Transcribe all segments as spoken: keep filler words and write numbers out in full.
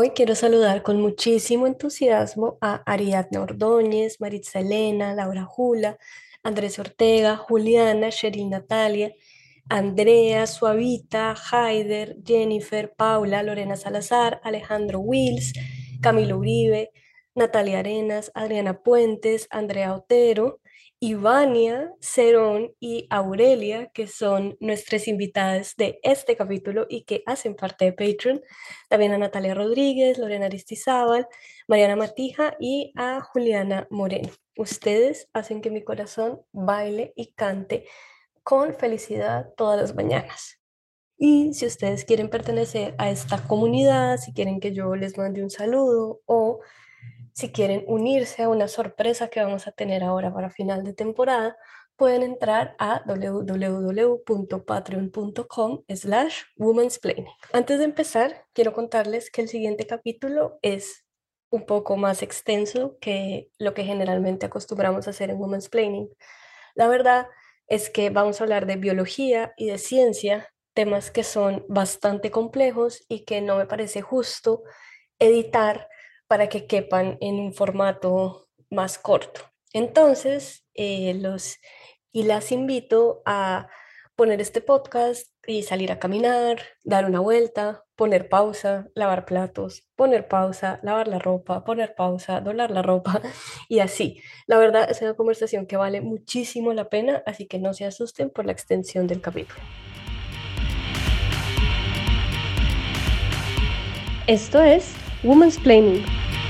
Hoy quiero saludar con muchísimo entusiasmo a Ariadna Ordóñez, Maritza Elena, Laura Jula, Andrés Ortega, Juliana, Cheryl Natalia, Andrea, Suavita, Haider, Jennifer, Paula, Lorena Salazar, Alejandro Wills, Camilo Uribe, Natalia Arenas, Adriana Puentes, Andrea Otero, Ivania, Cerón y Aurelia, que son nuestras invitadas de este capítulo y que hacen parte de Patreon. También a Natalia Rodríguez, Lorena Aristizábal, Mariana Matija y a Juliana Moreno. Ustedes hacen que mi corazón baile y cante con felicidad todas las mañanas. Y si ustedes quieren pertenecer a esta comunidad, si quieren que yo les mande un saludo o si quieren unirse a una sorpresa que vamos a tener ahora para final de temporada, pueden entrar a www.patreon.com slash womansplaining. Antes de empezar, quiero contarles que el siguiente capítulo es un poco más extenso que lo que generalmente acostumbramos a hacer en Womansplaining. La verdad es que vamos a hablar de biología y de ciencia, temas que son bastante complejos y que no me parece justo editar para que quepan en un formato más corto. Entonces, eh, los y las invito a poner este podcast y salir a caminar, dar una vuelta, poner pausa, lavar platos, poner pausa, lavar la ropa, poner pausa, doblar la ropa y así. La verdad es una conversación que vale muchísimo la pena, así que no se asusten por la extensión del capítulo. Esto es Women's Planning.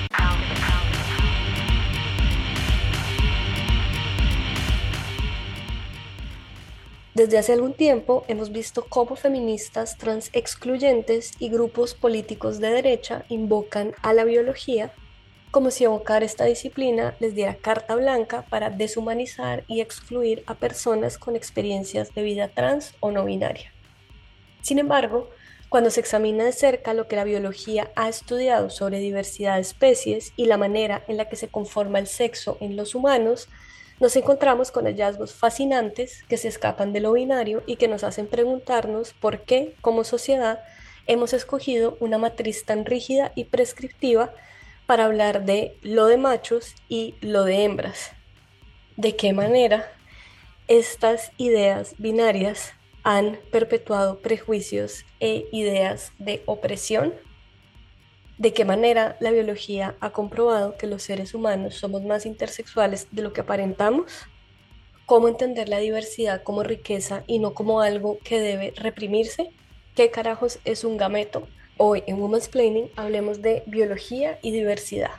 Desde hace algún tiempo hemos visto cómo feministas trans excluyentes y grupos políticos de derecha invocan a la biología como si evocar esta disciplina les diera carta blanca para deshumanizar y excluir a personas con experiencias de vida trans o no binaria. Sin embargo, cuando se examina de cerca lo que la biología ha estudiado sobre diversidad de especies y la manera en la que se conforma el sexo en los humanos, nos encontramos con hallazgos fascinantes que se escapan de lo binario y que nos hacen preguntarnos por qué, como sociedad, hemos escogido una matriz tan rígida y prescriptiva para hablar de lo de machos y lo de hembras. ¿De qué manera estas ideas binarias han perpetuado prejuicios e ideas de opresión? ¿De qué manera la biología ha comprobado que los seres humanos somos más intersexuales de lo que aparentamos? ¿Cómo entender la diversidad como riqueza y no como algo que debe reprimirse? ¿Qué carajos es un gameto? Hoy en Women's Planning hablemos de biología y diversidad.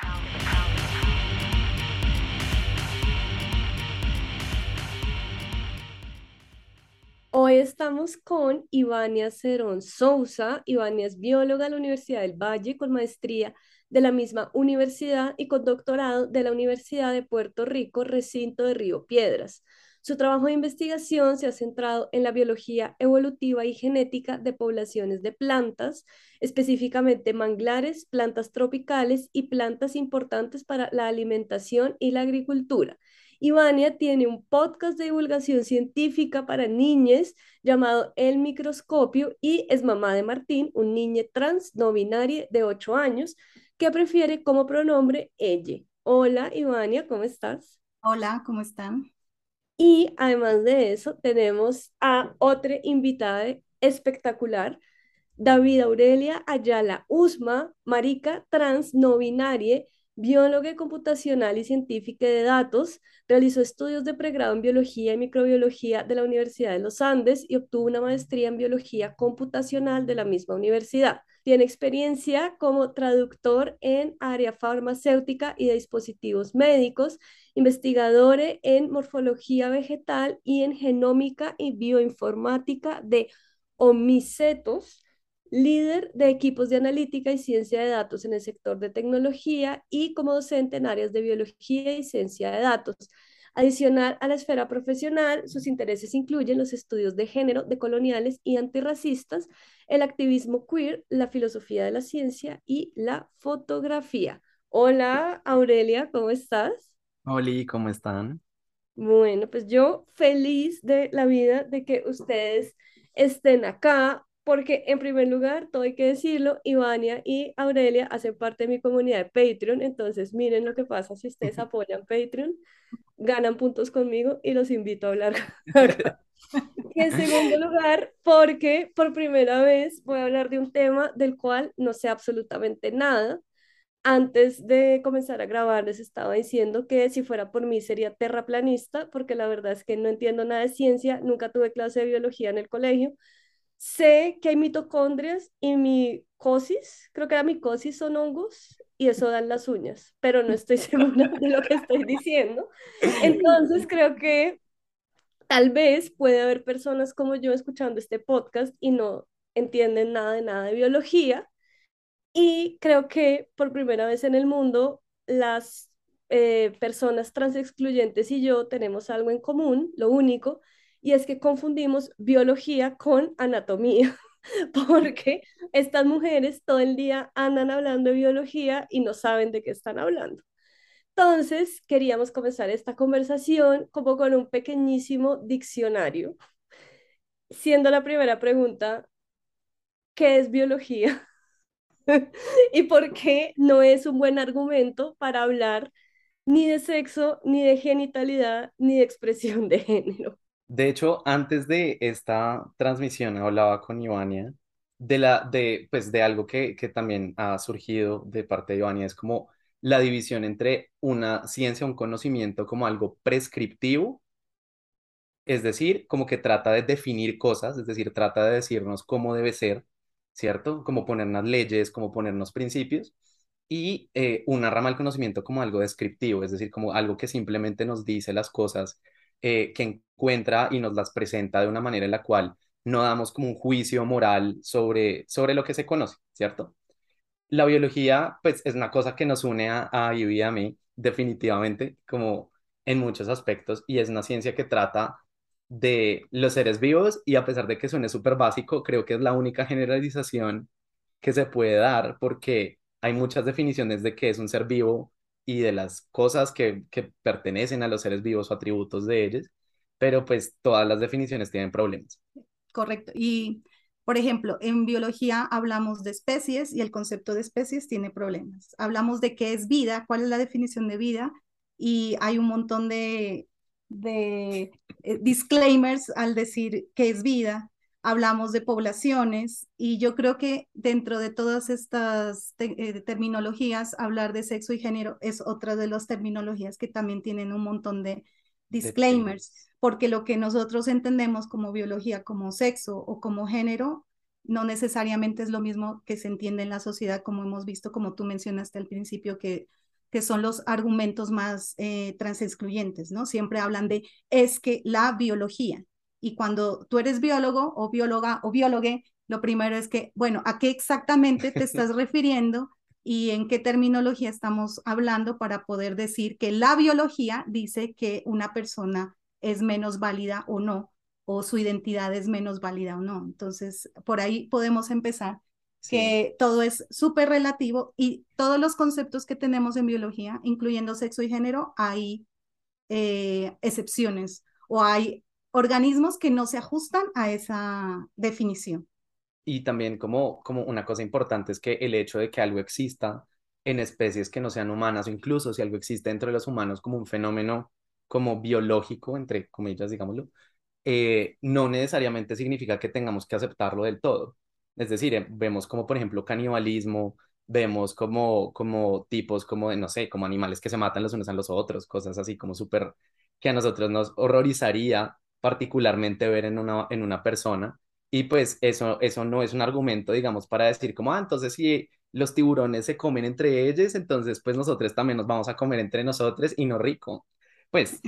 Hoy estamos con Ivania Cerón Sousa. Ivania es bióloga de la Universidad del Valle con maestría de la misma universidad y con doctorado de la Universidad de Puerto Rico, recinto de Río Piedras. Su trabajo de investigación se ha centrado en la biología evolutiva y genética de poblaciones de plantas, específicamente manglares, plantas tropicales y plantas importantes para la alimentación y la agricultura. Ivania tiene un podcast de divulgación científica para niñas llamado El Microscopio y es mamá de Martín, un niño trans no binario de ocho años que prefiere como pronombre ella. Hola, Ivania, ¿cómo estás? Hola, ¿cómo están? Y además de eso, tenemos a otra invitada espectacular, David Aurelia Ayala Usma, marica trans no binaria, bióloga computacional y científica de datos, realizó estudios de pregrado en biología y microbiología de la Universidad de los Andes y obtuvo una maestría en biología computacional de la misma universidad. Tiene experiencia como traductor en área farmacéutica y de dispositivos médicos, investigador en morfología vegetal y en genómica y bioinformática de omicetos, líder de equipos de analítica y ciencia de datos en el sector de tecnología y como docente en áreas de biología y ciencia de datos. Adicional a la esfera profesional, sus intereses incluyen los estudios de género, decoloniales y antirracistas, el activismo queer, la filosofía de la ciencia y la fotografía. Hola, Aurelia, ¿cómo estás? Oli, ¿cómo están? Bueno, pues yo feliz de la vida de que ustedes estén acá. Porque en primer lugar, todo hay que decirlo, Ivania y Aurelia hacen parte de mi comunidad de Patreon, entonces miren lo que pasa si ustedes apoyan Patreon, ganan puntos conmigo y los invito a hablar acá. Y en segundo lugar, porque por primera vez voy a hablar de un tema del cual no sé absolutamente nada. Antes de comenzar a grabar les estaba diciendo que si fuera por mí sería terraplanista, porque la verdad es que no entiendo nada de ciencia, nunca tuve clase de biología en el colegio. Sé que hay mitocondrias y micosis, creo que la micosis son hongos y eso dan las uñas, pero no estoy segura de lo que estoy diciendo. Entonces creo que tal vez puede haber personas como yo escuchando este podcast y no entienden nada de nada de biología y creo que por primera vez en el mundo las eh, personas trans excluyentes y yo tenemos algo en común, lo único, y es que confundimos biología con anatomía, porque estas mujeres todo el día andan hablando de biología y no saben de qué están hablando. Entonces, queríamos comenzar esta conversación como con un pequeñísimo diccionario, siendo la primera pregunta, ¿qué es biología? ¿Y por qué no es un buen argumento para hablar ni de sexo, ni de genitalidad, ni de expresión de género? De hecho, antes de esta transmisión hablaba con Ivania de la, de, pues, de algo que, que también ha surgido de parte de Ivania, es como la división entre una ciencia, un conocimiento como algo prescriptivo, es decir, como que trata de definir cosas, es decir, trata de decirnos cómo debe ser, ¿cierto? Como ponernos leyes, como ponernos principios, y eh, una rama del conocimiento como algo descriptivo, es decir, como algo que simplemente nos dice las cosas eh, que encuentra y nos las presenta de una manera en la cual no damos como un juicio moral sobre, sobre lo que se conoce, ¿cierto? La biología, pues, es una cosa que nos une a, a Ivy y a mí, definitivamente, como en muchos aspectos, y es una ciencia que trata de los seres vivos, y a pesar de que suene súper básico, creo que es la única generalización que se puede dar, porque hay muchas definiciones de qué es un ser vivo y de las cosas que, que pertenecen a los seres vivos o atributos de ellos, pero pues todas las definiciones tienen problemas. Correcto. Y, por ejemplo, en biología hablamos de especies y el concepto de especies tiene problemas. Hablamos de qué es vida, cuál es la definición de vida, y hay un montón de, de eh, disclaimers al decir qué es vida. Hablamos de poblaciones y yo creo que dentro de todas estas te eh, terminologías, hablar de sexo y género es otra de las terminologías que también tienen un montón de De- disclaimers, porque lo que nosotros entendemos como biología, como sexo o como género, no necesariamente es lo mismo que se entiende en la sociedad, como hemos visto, como tú mencionaste al principio, que, que son los argumentos más eh, transexcluyentes, ¿no? Siempre hablan de es que la biología. Y cuando tú eres biólogo o bióloga o biólogue, lo primero es que, bueno, ¿a qué exactamente te estás refiriendo? Y en qué terminología estamos hablando para poder decir que la biología dice que una persona es menos válida o no, o su identidad es menos válida o no. Entonces, por ahí podemos empezar, Sí. que todo es súper relativo y todos los conceptos que tenemos en biología, incluyendo sexo y género, hay eh, excepciones o hay organismos que no se ajustan a esa definición. Y también como, como una cosa importante es que el hecho de que algo exista en especies que no sean humanas o incluso si algo existe dentro de los humanos como un fenómeno como biológico, entre comillas, digámoslo, eh, no necesariamente significa que tengamos que aceptarlo del todo. Es decir, eh, vemos como por ejemplo canibalismo, vemos como, como tipos como de, no sé, como animales que se matan los unos a los otros, cosas así como súper que a nosotros nos horrorizaría particularmente ver en una, en una persona y pues eso, eso no es un argumento, digamos, para decir como, ah, entonces si los tiburones se comen entre ellos, entonces pues nosotros también nos vamos a comer entre nosotros y no rico. Pues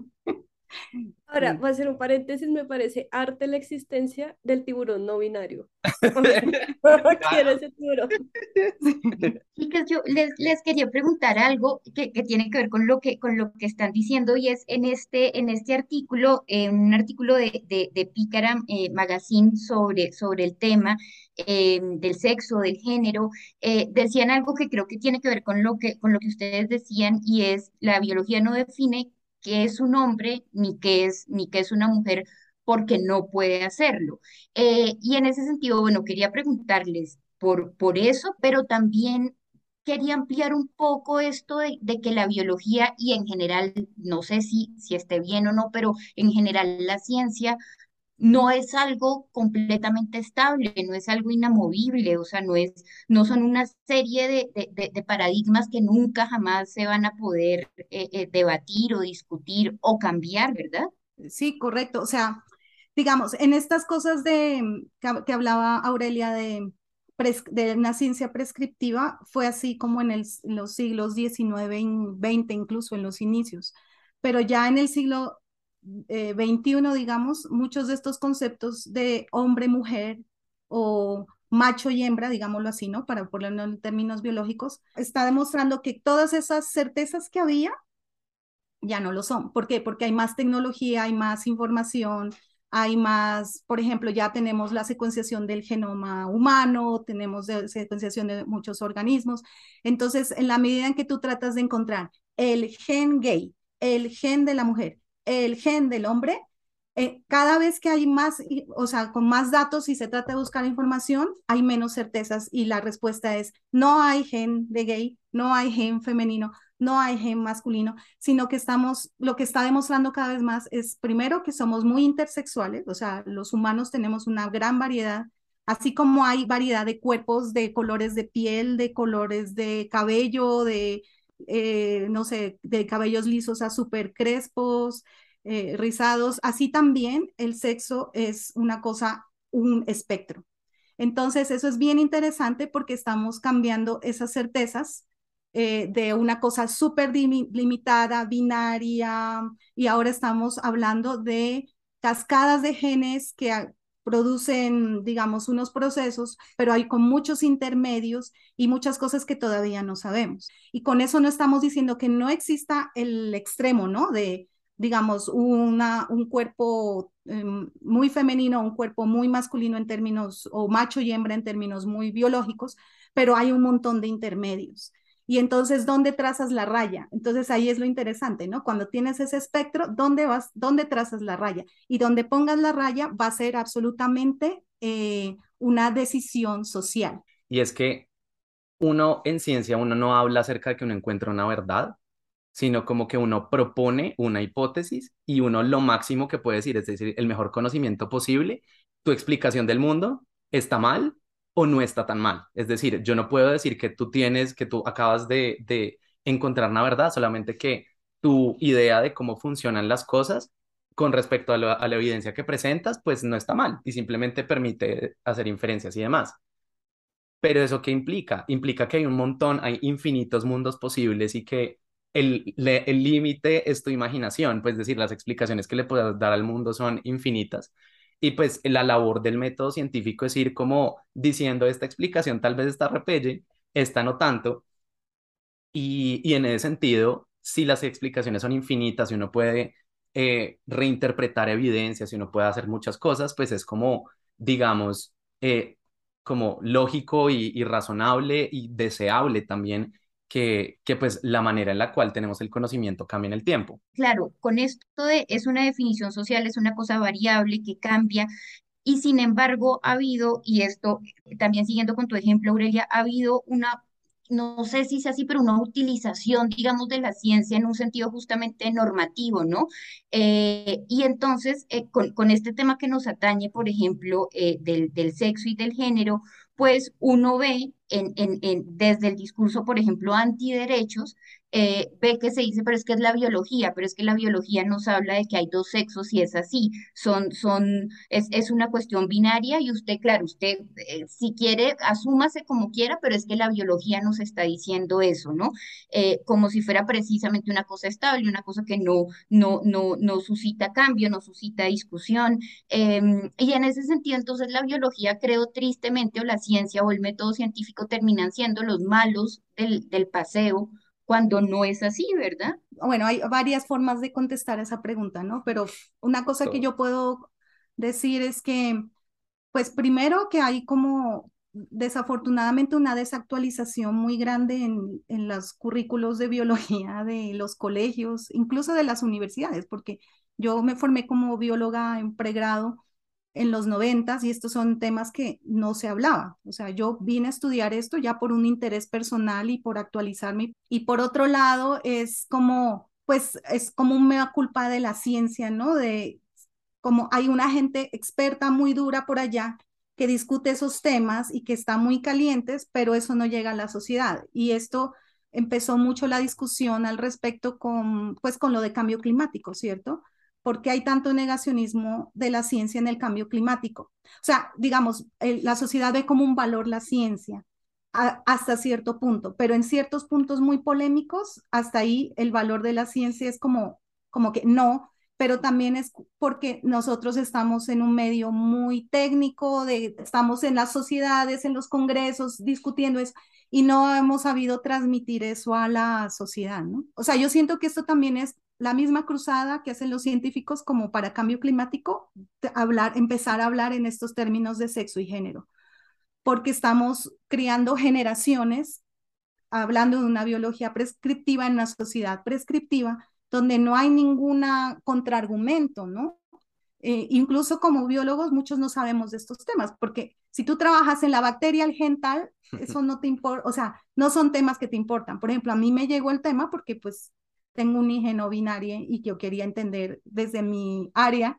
Ahora, Sí. voy a hacer un paréntesis, me parece arte la existencia del tiburón no binario. O sea, quiero ese tiburón. Chicas, yo les, les quería preguntar algo que, que tiene que ver con lo que, con lo que están diciendo y es en este, en este artículo, en un artículo de, de, de Pícara eh, Magazine sobre, sobre el tema eh, del sexo, del género, eh, decían algo que creo que tiene que ver con lo que, con lo que ustedes decían y es la biología no define qué es un hombre ni qué es, ni qué es una mujer porque no puede hacerlo. Eh, y en ese sentido, bueno, quería preguntarles por, por eso, pero también quería ampliar un poco esto de, de que la biología y en general, no sé si, si esté bien o no, pero en general la ciencia no es algo completamente estable, no es algo inamovible, o sea, no es, no son una serie de, de- de- de paradigmas que nunca jamás se van a poder eh, eh, debatir o discutir o cambiar, ¿verdad? Sí, correcto. O sea, digamos, en estas cosas de que, hab- que hablaba Aurelia de, pres- de una ciencia prescriptiva, fue así como en, el- en los siglos diecinueve y veinte, incluso en los inicios. Pero ya en el siglo eh, veintiuno, digamos, muchos de estos conceptos de hombre-mujer o macho y hembra, digámoslo así, ¿no? Para ponerlo en términos biológicos, está demostrando que todas esas certezas que había ya no lo son. ¿Por qué? Porque hay más tecnología, hay más información, hay más, por ejemplo, ya tenemos la secuenciación del genoma humano, tenemos de, secuenciación de muchos organismos. Entonces, en la medida en que tú tratas de encontrar el gen gay, el gen de la mujer, el gen del hombre, eh, cada vez que hay más, o sea, con más datos y se trata de buscar información, hay menos certezas y la respuesta es no hay gen de gay, no hay gen femenino, no hay gen masculino, sino que estamos, lo que está demostrando cada vez más es primero que somos muy intersexuales, o sea, los humanos tenemos una gran variedad, así como hay variedad de cuerpos, de colores de piel, de colores de cabello, de, eh, no sé, de cabellos lisos a súper crespos, eh, rizados, así también el sexo es una cosa, un espectro. Entonces, eso es bien interesante porque estamos cambiando esas certezas eh, de una cosa súper limitada, binaria, y ahora estamos hablando de cascadas de genes que a, producen, digamos, unos procesos, pero hay con muchos intermedios y muchas cosas que todavía no sabemos. Y con eso no estamos diciendo que no exista el extremo, ¿no? De, digamos, una, un cuerpo eh, muy femenino, un cuerpo muy masculino en términos, o macho y hembra en términos muy biológicos, pero hay un montón de intermedios. Y entonces, ¿dónde trazas la raya? Entonces ahí es lo interesante, ¿no? Cuando tienes ese espectro, ¿dónde vas, dónde trazas la raya? Y donde pongas la raya va a ser absolutamente eh, una decisión social. Y es que uno en ciencia, uno no habla acerca de que uno encuentra una verdad, sino como que uno propone una hipótesis y uno lo máximo que puede decir, es decir, el mejor conocimiento posible, tu explicación del mundo está mal o no está tan mal. Es decir, yo no puedo decir que tú tienes, que tú acabas de, de encontrar una verdad, solamente que tu idea de cómo funcionan las cosas con respecto a, la a la evidencia que presentas, pues no está mal y simplemente permite hacer inferencias y demás. Pero ¿eso qué implica? Implica que hay un montón, hay infinitos mundos posibles y que el le- el límite es tu imaginación, pues es decir, las explicaciones que le puedas dar al mundo son infinitas. Y pues la labor del método científico es ir como diciendo esta explicación tal vez está repelle, esta no tanto. Y, y en ese sentido, si las explicaciones son infinitas y uno puede eh, reinterpretar evidencias y uno puede hacer muchas cosas, pues es como, digamos, eh, como lógico y, y razonable y deseable también que, que pues la manera en la cual tenemos el conocimiento cambie en el tiempo. Claro, con esto de es una definición social, es una cosa variable que cambia. Y sin embargo, ha habido, y esto también siguiendo con tu ejemplo, Aurelia, ha habido una, no sé si es así, pero una utilización, digamos, de la ciencia en un sentido justamente normativo, ¿no? Eh, y entonces, eh, con, con este tema que nos atañe, por ejemplo, eh, del, del sexo y del género, pues uno ve en, en, en- desde el discurso, por ejemplo, antiderechos, eh, ve que se dice, pero es que es la biología, pero es que la biología nos habla de que hay dos sexos y es así, son, son es, es una cuestión binaria y usted, claro, usted eh, si quiere, asúmase como quiera, pero es que la biología nos está diciendo eso, ¿no? Eh, como si fuera precisamente una cosa estable, una cosa que no, no, no, no suscita cambio, no suscita discusión. Em, y en ese sentido, entonces, la biología, creo tristemente, o la ciencia o el método científico terminan siendo los malos del, del paseo, cuando no es así, ¿verdad? Bueno, hay varias formas de contestar esa pregunta, ¿no? Pero una cosa que Todo. yo puedo decir es que, pues primero que hay como desafortunadamente una desactualización muy grande en, en los currículos de biología de los colegios, incluso de las universidades, porque Yo me formé como bióloga en pregrado en los noventas y estos son temas que no se hablaba. O sea, yo vine a estudiar esto ya por un interés personal y por actualizarme. Y por otro lado, es como, pues, es como un mea culpa de la ciencia, ¿no? De como hay una gente experta muy dura por allá que discute esos temas y que está muy calientes, pero eso no llega a la sociedad. Y esto empezó mucho la discusión al respecto con, pues, con lo de cambio climático, ¿cierto? Porque hay tanto negacionismo de la ciencia en el cambio climático. O sea, digamos, el, la sociedad ve como un valor la ciencia a, hasta cierto punto, pero en ciertos puntos muy polémicos, hasta ahí el valor de la ciencia es como, como que no, pero también es porque nosotros estamos en un medio muy técnico, de, estamos en las sociedades, en los congresos discutiendo eso y no hemos sabido transmitir eso a la sociedad, ¿no? O sea, yo siento que esto también es la misma cruzada que hacen los científicos como para cambio climático, hablar, empezar a hablar en estos términos de sexo y género, porque estamos criando generaciones hablando de una biología prescriptiva en una sociedad prescriptiva donde no hay ninguna contraargumento, ¿no? Eh, incluso como biólogos muchos no sabemos de estos temas, porque si tú trabajas en la bacteria, el gen tal, eso no te importa, o sea, no son temas que te importan. Por ejemplo, a mí me llegó el tema porque pues tengo un hijo no binario y yo quería entender desde mi área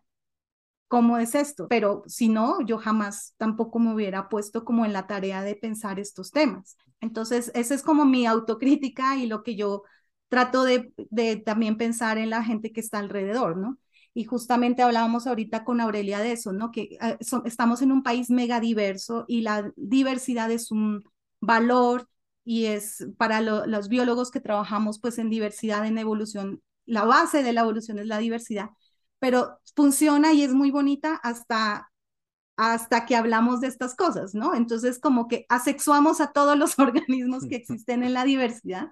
cómo es esto, pero si no, yo jamás tampoco me hubiera puesto como en la tarea de pensar estos temas. Entonces, esa es como mi autocrítica y lo que yo trato de, de también pensar en la gente que está alrededor, ¿no? Y justamente hablábamos ahorita con Aurelia de eso, ¿no? Que uh, so, estamos en un país mega diverso y la diversidad es un valor y es para lo, los biólogos que trabajamos pues en diversidad, en evolución, la base de la evolución es la diversidad, pero funciona y es muy bonita hasta, hasta que hablamos de estas cosas, ¿no? Entonces como que asexuamos a todos los organismos que existen en la diversidad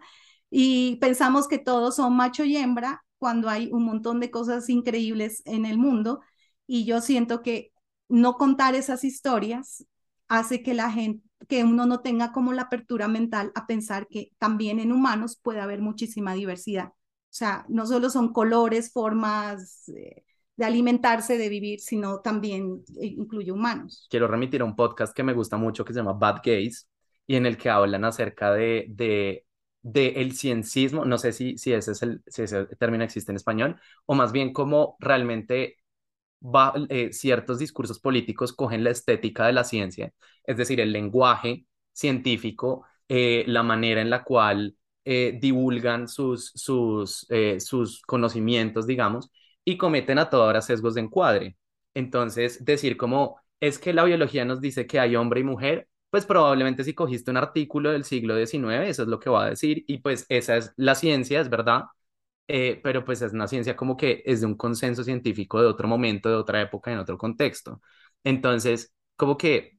y pensamos que todos son macho y hembra cuando hay un montón de cosas increíbles en el mundo y yo siento que no contar esas historias hace que la gente, que uno no tenga como la apertura mental a pensar que también en humanos puede haber muchísima diversidad. O sea, no solo son colores, formas eh, de alimentarse, de vivir, sino también eh, incluye humanos. Quiero remitir a un podcast que me gusta mucho que se llama Bad Gays y en el que hablan acerca de, de, de el ciencismo, no sé si, si, ese es el, si ese término existe en español, o más bien cómo realmente va, eh, ciertos discursos políticos cogen la estética de la ciencia, es decir, el lenguaje científico, eh, la manera en la cual eh, divulgan sus, sus, eh, sus conocimientos, digamos, y cometen a toda hora sesgos de encuadre. Entonces, decir como es que la biología nos dice que hay hombre y mujer, pues probablemente si cogiste un artículo del siglo diecinueve, eso es lo que va a decir, y pues esa es la ciencia, es verdad, eh, pero pues es una ciencia como que es de un consenso científico de otro momento, de otra época, en otro contexto. Entonces, como que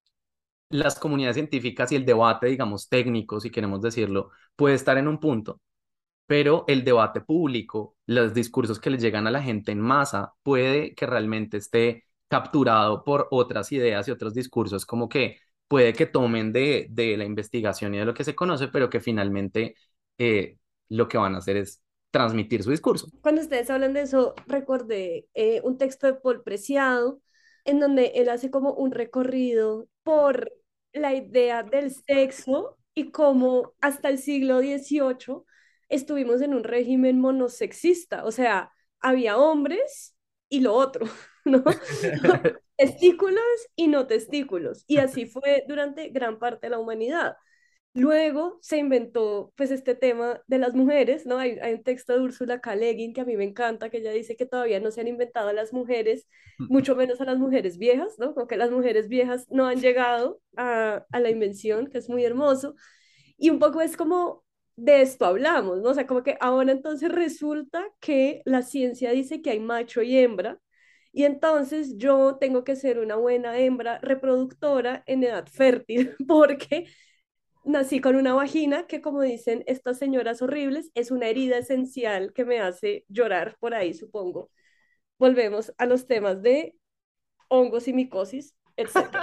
las comunidades científicas y el debate, digamos, técnico, si queremos decirlo, puede estar en un punto, pero el debate público, los discursos que le llegan a la gente en masa, puede que realmente esté capturado por otras ideas y otros discursos, como que puede que tomen de, de la investigación y de lo que se conoce, pero que finalmente eh, lo que van a hacer es transmitir su discurso. Cuando ustedes hablan de eso, recordé eh, un texto de Paul Preciado, en donde él hace como un recorrido por la idea del sexo y cómo hasta el siglo dieciocho estuvimos en un régimen monosexista, o sea, había hombres y lo otro, ¿no? Testículos y no testículos. Y así fue durante gran parte de la humanidad. Luego se inventó pues este tema de las mujeres, ¿no? Hay, hay un texto de Úrsula K. Le Guin que a mí me encanta, que ella dice que todavía no se han inventado a las mujeres, mucho menos a las mujeres viejas, ¿no? Como que las mujeres viejas no han llegado a, a la invención, que es muy hermoso. Y un poco es como de esto hablamos, ¿no? O sea, como que ahora entonces resulta que la ciencia dice que hay macho y hembra, y entonces yo tengo que ser una buena hembra reproductora en edad fértil, porque nací con una vagina que, como dicen estas señoras horribles, es una herida esencial que me hace llorar por ahí, supongo. Volvemos a los temas de hongos y micosis, etcétera.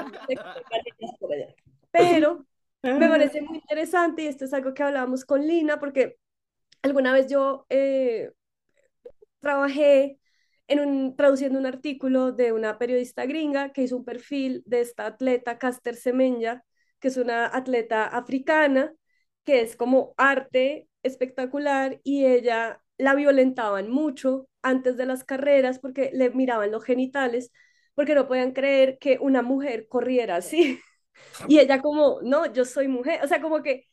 Pero me parece muy interesante y esto es algo que hablábamos con Lina, porque alguna vez yo eh, trabajé en un, traduciendo un artículo de una periodista gringa que hizo un perfil de esta atleta Caster Semenya, que es una atleta africana, que es como arte espectacular y ella la violentaban mucho antes de las carreras porque le miraban los genitales, porque no podían creer que una mujer corriera así. Y ella como, no, yo soy mujer, o sea, como que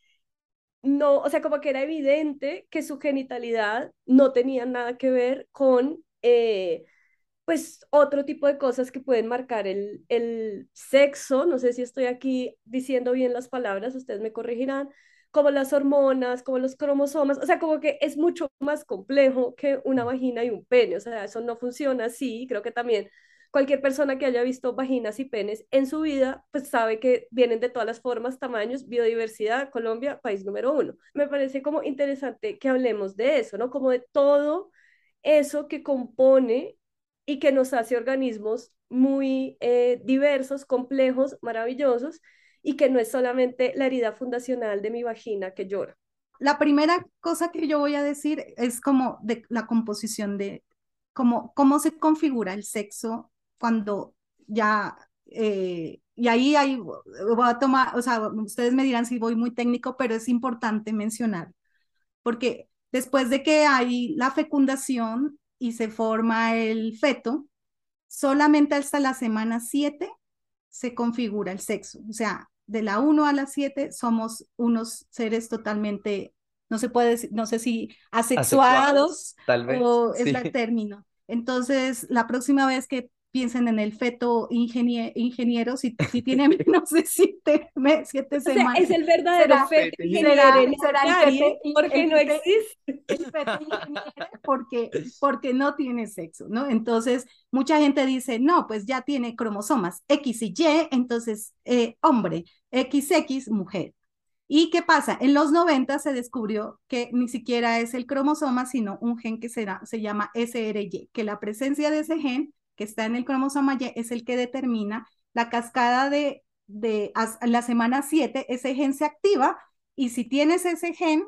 no, o sea, como que era evidente que su genitalidad no tenía nada que ver con, eh, pues, otro tipo de cosas que pueden marcar el, el sexo. No sé si estoy aquí diciendo bien las palabras, ustedes me corregirán, como las hormonas, como los cromosomas, o sea, como que es mucho más complejo que una vagina y un pene, o sea, eso no funciona así. Creo que también cualquier persona que haya visto vaginas y penes en su vida, pues sabe que vienen de todas las formas, tamaños, biodiversidad. Colombia, país número uno. Me parece como interesante que hablemos de eso, ¿no? Como de todo eso que compone y que nos hace organismos muy eh, diversos, complejos, maravillosos, y que no es solamente la herida fundacional de mi vagina que llora. La primera cosa que yo voy a decir es como de la composición de cómo, cómo se configura el sexo cuando ya, eh, y ahí, ahí voy a tomar, o sea, ustedes me dirán si voy muy técnico, pero es importante mencionar, porque después de que hay la fecundación y se forma el feto, solamente hasta la semana siete se configura el sexo. O sea, de la uno a la siete somos unos seres totalmente, no se puede decir, no sé si Asexuados, asexuados tal vez, o es sí. el término. Entonces, la próxima vez que piensen en el feto ingenie ingeniero, si, si tiene menos de siete, siete O sea, semanas, es el verdadero será, feto Fete será, ingeniero ingeniero. en será el Aries, fete, porque el no fete, existe. el feto ingeniero porque, porque no tiene sexo, ¿no? Entonces, mucha gente dice, no, pues ya tiene cromosomas X y Y, entonces eh, hombre, X X mujer. ¿Y qué pasa? En los noventa se descubrió que ni siquiera es el cromosoma, sino un gen que será, se llama S R Y, que la presencia de ese gen que está en el cromosoma Y es el que determina la cascada de, de a la semana siete, ese gen se activa y si tienes ese gen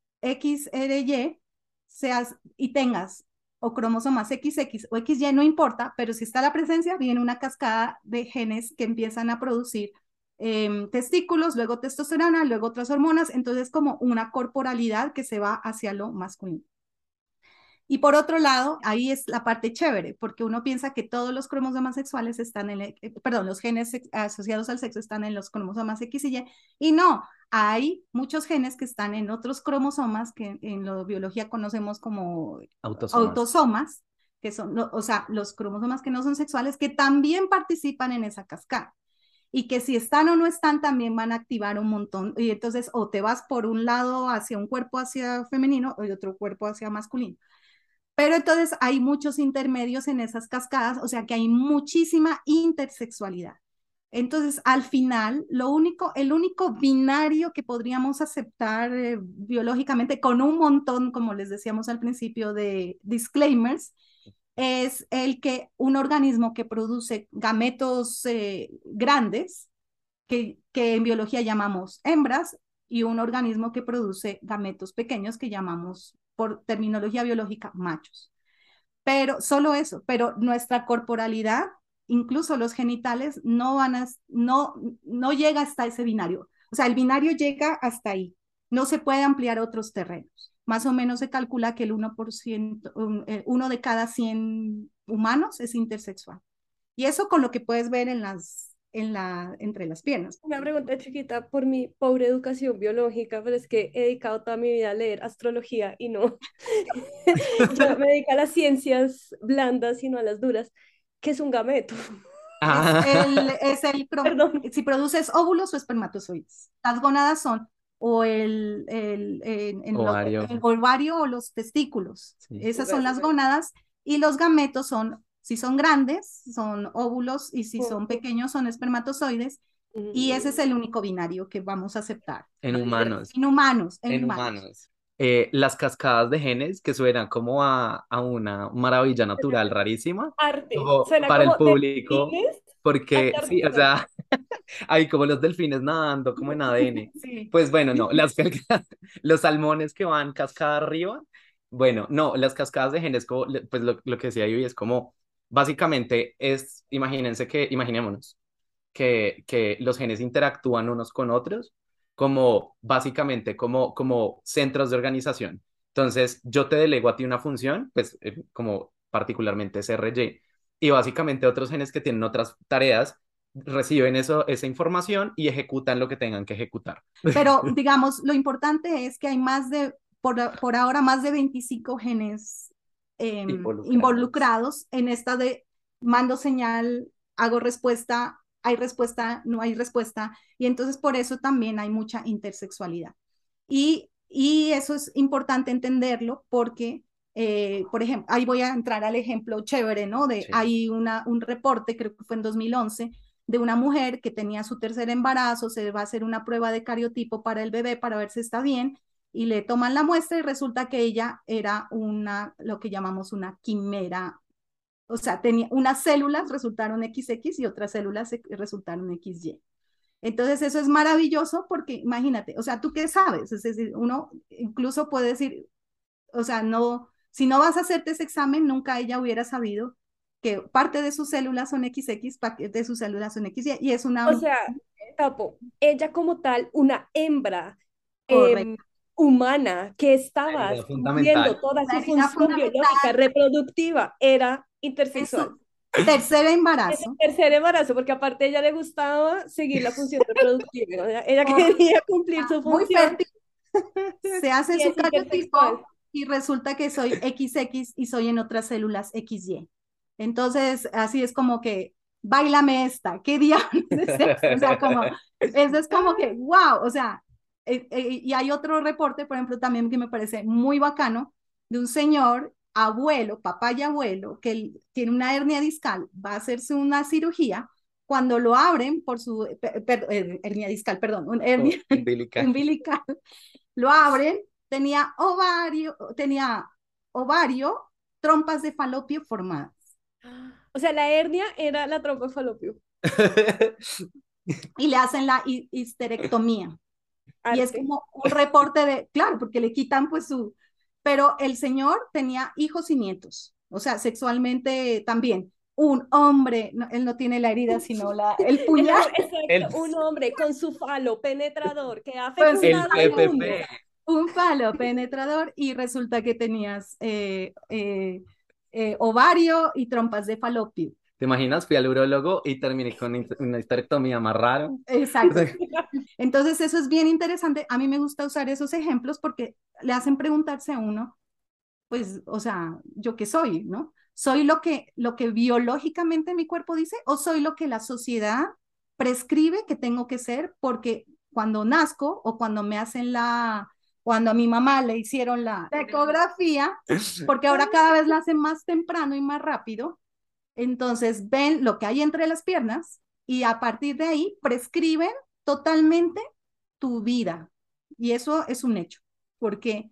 X R Y seas, y tengas o cromosomas X X o X Y, no importa, pero si está la presencia, viene una cascada de genes que empiezan a producir eh, testículos, luego testosterona, luego otras hormonas, entonces como una corporalidad que se va hacia lo masculino. Y por otro lado, ahí es la parte chévere, porque uno piensa que todos los cromosomas sexuales están en, el, eh, perdón, los genes asociados al sexo están en los cromosomas X y Y, y no, hay muchos genes que están en otros cromosomas que en la biología conocemos como Autosomas. autosomas, que son, o sea, los cromosomas que no son sexuales, que también participan en esa cascada. Y que si están o no están, también van a activar un montón. Y entonces, o te vas por un lado hacia un cuerpo hacia femenino o de otro cuerpo hacia masculino. Pero entonces hay muchos intermedios en esas cascadas, o sea que hay muchísima intersexualidad. Entonces, al final, lo único, el único binario que podríamos aceptar eh, biológicamente, con un montón, como les decíamos al principio, de disclaimers, es el que un organismo que produce gametos eh, grandes, que, que en biología llamamos hembras, y un organismo que produce gametos pequeños que llamamos, por terminología biológica, machos. Pero solo eso, pero nuestra corporalidad, incluso los genitales, no van a, no, no llega hasta ese binario. O sea, el binario llega hasta ahí. No se puede ampliar otros terrenos. Más o menos se calcula que el uno por ciento, uno de cada cien humanos es intersexual. Y eso con lo que puedes ver en las, en la, entre las piernas. Una pregunta chiquita por mi pobre educación biológica, pero es que he dedicado toda mi vida a leer astrología y no. Yo me dedico a las ciencias blandas y no a las duras. ¿Qué es un gameto? Es Ah, el, es el Perdón. si produces óvulos o espermatozoides. Las gonadas son o el, el, el, el, ovario. el ovario o los testículos. Sí. Esas son las gonadas. Y los gametos son, si son grandes, son óvulos y si son pequeños, son espermatozoides. Y ese es el único binario que vamos a aceptar. En humanos. En humanos. En, En humanos. humanos. Eh, las cascadas de genes que suenan como a, a una maravilla natural rarísima, Arte. como Suena para el como de público, delfines porque sí, o aterrizando. sea, hay como los delfines nadando, como en A D N. Sí. Pues bueno, no, las, los salmones que van cascada arriba Bueno, no, las cascadas de genes, como, pues lo, lo que decía yo, y es como, básicamente es, imagínense que, imaginémonos, que, que los genes interactúan unos con otros, como básicamente como, como centros de organización. Entonces, yo te delego a ti una función, pues eh, como particularmente S R Y, y básicamente otros genes que tienen otras tareas reciben eso, esa información y ejecutan lo que tengan que ejecutar. Pero digamos, lo importante es que hay más de, por, por ahora, más de veinticinco genes eh, Involucrados. involucrados en esta de mando señal, hago respuesta, hay respuesta, no hay respuesta, y entonces por eso también hay mucha intersexualidad. Y, y eso es importante entenderlo porque, eh, por ejemplo, ahí voy a entrar al ejemplo chévere, ¿no? De, Sí. hay una, un reporte, creo que fue en dos mil once, de una mujer que tenía su tercer embarazo, se va a hacer una prueba de cariotipo para el bebé para ver si está bien, y le toman la muestra y resulta que ella era una, lo que llamamos una quimera, o sea, tenía unas células resultaron equis equis y otras células resultaron equis y. Entonces eso es maravilloso porque imagínate, o sea, ¿tú qué sabes? Es decir, uno incluso puede decir, o sea, no, si no vas a hacerte ese examen, nunca ella hubiera sabido que parte de sus células son equis equis, parte de sus células son equis y, y es una... O sea, Tapo, ella como tal, una hembra em, Correcto. humana que La estaba herida cumpliendo fundamental. toda La su herida función biológica fundamental reproductiva, era es intersexual. su tercer Es el embarazo. tercer embarazo, porque aparte a ella le gustaba seguir la función reproductiva. O sea, ella Correcto. quería cumplir su Muy función fértil, se hace y su es intersexual. cariotipo y resulta que soy equis equis y soy en otras células equis y. Entonces, así es como que, bailame esta, ¿qué diablos es eso? O sea, como, eso es como que, wow, o sea, eh, eh, y hay otro reporte, por ejemplo, también que me parece muy bacano, de un señor, abuelo, papá y abuelo, que él tiene una hernia discal, va a hacerse una cirugía, cuando lo abren por su, per, per, hernia discal, perdón, una hernia Umbilical. umbilical, lo abren, tenía ovario, tenía ovario, trompas de falopio formadas. O sea, la hernia era la trompa de falopio. Y le hacen la histerectomía. Y es Arte. como un reporte de, claro, porque le quitan pues su, pero el señor tenía hijos y nietos, o sea, sexualmente también. Un hombre, no, él no tiene la herida, sino la, el El, puñal. El, exacto, un hombre con su falo penetrador que ha Pues su el fecundado al falo, P P mundo. P. un falo penetrador y resulta que tenías eh, eh, eh, ovario y trompas de falopio. ¿Te imaginas? Fui al urólogo y terminé con una histerectomía más raro. Exacto. Entonces eso es bien interesante. A mí me gusta usar esos ejemplos porque le hacen preguntarse a uno, pues, o sea, ¿yo qué soy, no? ¿Soy lo que, lo que biológicamente mi cuerpo dice o soy lo que la sociedad prescribe que tengo que ser? Porque cuando nazco o cuando me hacen la, cuando a mi mamá le hicieron la ecografía, porque ahora cada vez la hacen más temprano y más rápido, entonces ven lo que hay entre las piernas y a partir de ahí prescriben totalmente tu vida. Y eso es un hecho, porque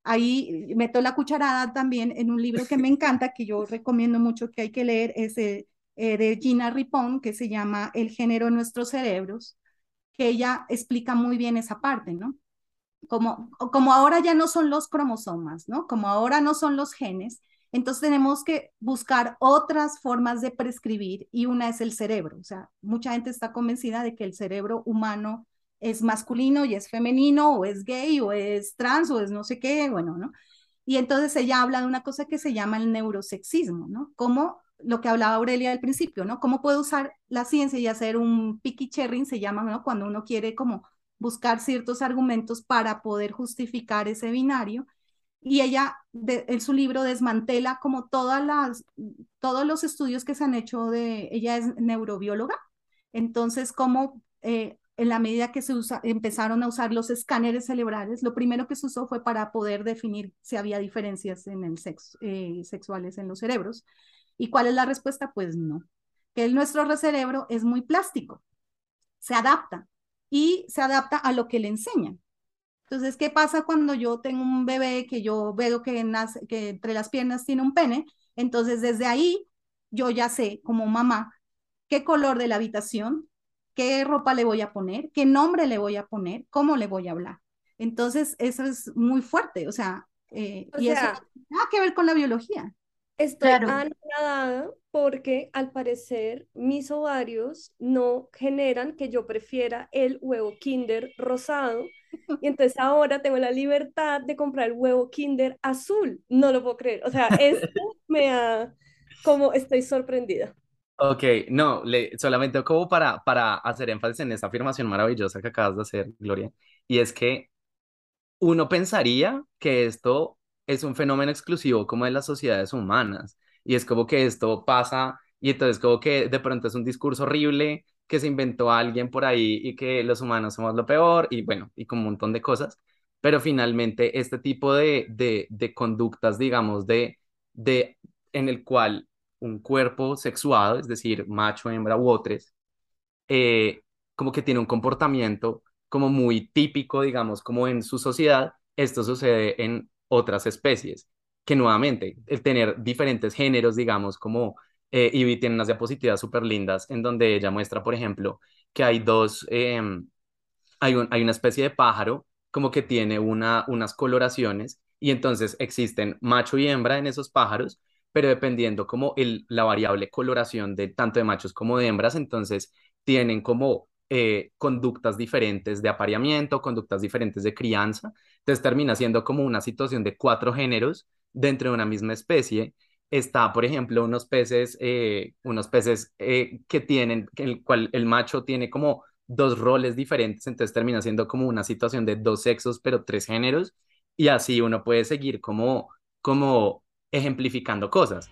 ahí meto la cucharada también en un libro que me encanta, que yo recomiendo mucho que hay que leer, es eh, eh, de Gina Ripon, que se llama El género de nuestros cerebros, que ella explica muy bien esa parte, ¿no? Como, como ahora ya no son los cromosomas, ¿no? Como ahora no son los genes, entonces tenemos que buscar otras formas de prescribir y una es el cerebro. O sea, mucha gente está convencida de que el cerebro humano es masculino y es femenino, o es gay, o es trans, o es no sé qué, bueno, ¿no? Y entonces ella habla de una cosa que se llama el neurosexismo, ¿no? Como lo que hablaba Aurelia al principio, ¿no? ¿Cómo puede usar la ciencia y hacer un picky cherry, se llama, ¿no? Cuando uno quiere como buscar ciertos argumentos para poder justificar ese binario. Y ella, de, en su libro, desmantela como todas las, todos los estudios que se han hecho de, ella es neurobióloga, entonces como eh, en la medida que se usa, empezaron a usar los escáneres cerebrales, lo primero que se usó fue para poder definir si había diferencias en el sexo, eh, sexuales en los cerebros. ¿Y cuál es la respuesta? Pues no, que el, nuestro cerebro es muy plástico, se adapta y se adapta a lo que le enseñan. Entonces, ¿qué pasa cuando yo tengo un bebé que yo veo que, nace, que entre las piernas tiene un pene? Entonces, desde ahí, yo ya sé como mamá qué color de la habitación, qué ropa le voy a poner, qué nombre le voy a poner, cómo le voy a hablar. Entonces, eso es muy fuerte. O sea, Eh, O y eso sea, no tiene nada que ver con la biología. estoy Claro, anonadada porque al parecer mis ovarios no generan que yo prefiera el huevo Kinder rosado y entonces ahora tengo la libertad de comprar el huevo Kinder azul. No lo puedo creer. O sea, esto me ha, como estoy sorprendida. Ok, no, le, solamente como para, para hacer énfasis en esta afirmación maravillosa que acabas de hacer, Gloria, y es que uno pensaría que esto es un fenómeno exclusivo como de las sociedades humanas, y es como que esto pasa, y entonces como que de pronto es un discurso horrible que se inventó alguien por ahí y que los humanos somos lo peor, y bueno, y como un montón de cosas, pero finalmente este tipo de, de, de conductas, digamos, de, de, en el cual un cuerpo sexuado, es decir, macho, hembra u otros, eh, como que tiene un comportamiento como muy típico, digamos, como en su sociedad, esto sucede en otras especies, que nuevamente, el tener diferentes géneros, digamos, como eh, Ivy tiene unas diapositivas súper lindas en donde ella muestra, por ejemplo, que hay dos, em, hay, un- hay una especie de pájaro como que tiene una, unas coloraciones y entonces existen macho y hembra en esos pájaros, pero dependiendo como el, la variable coloración de tanto de machos como de hembras, entonces tienen como eh, conductas diferentes de apareamiento, conductas diferentes de crianza, entonces termina siendo como una situación de cuatro géneros dentro de una misma especie. Está, por ejemplo, unos peces, eh, unos peces eh, que tienen, que el cual el macho tiene como dos roles diferentes, entonces termina siendo como una situación de dos sexos, pero tres géneros, y así uno puede seguir como, como ejemplificando cosas.